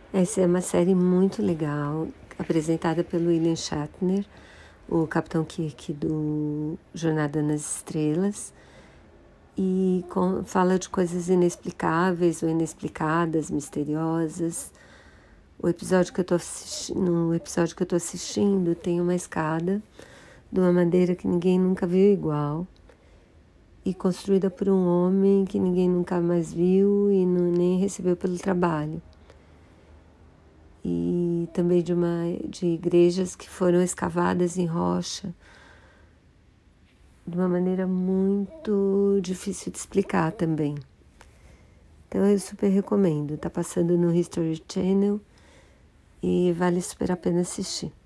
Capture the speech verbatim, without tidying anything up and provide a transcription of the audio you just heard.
Essa é uma série muito legal, apresentada pelo William Shatner, o Capitão Kirk do Jornada nas Estrelas, e com, fala de coisas inexplicáveis ou inexplicadas, misteriosas. O episódio que eu tô assistindo, no episódio que eu tô assistindo tem uma escada de uma madeira que ninguém nunca viu igual e construída por um homem que ninguém nunca mais viu e não, nem recebeu pelo trabalho. E também de, uma, de igrejas que foram escavadas em rocha de uma maneira muito difícil de explicar também. Então eu super recomendo, tá passando no History Channel e vale super a pena assistir.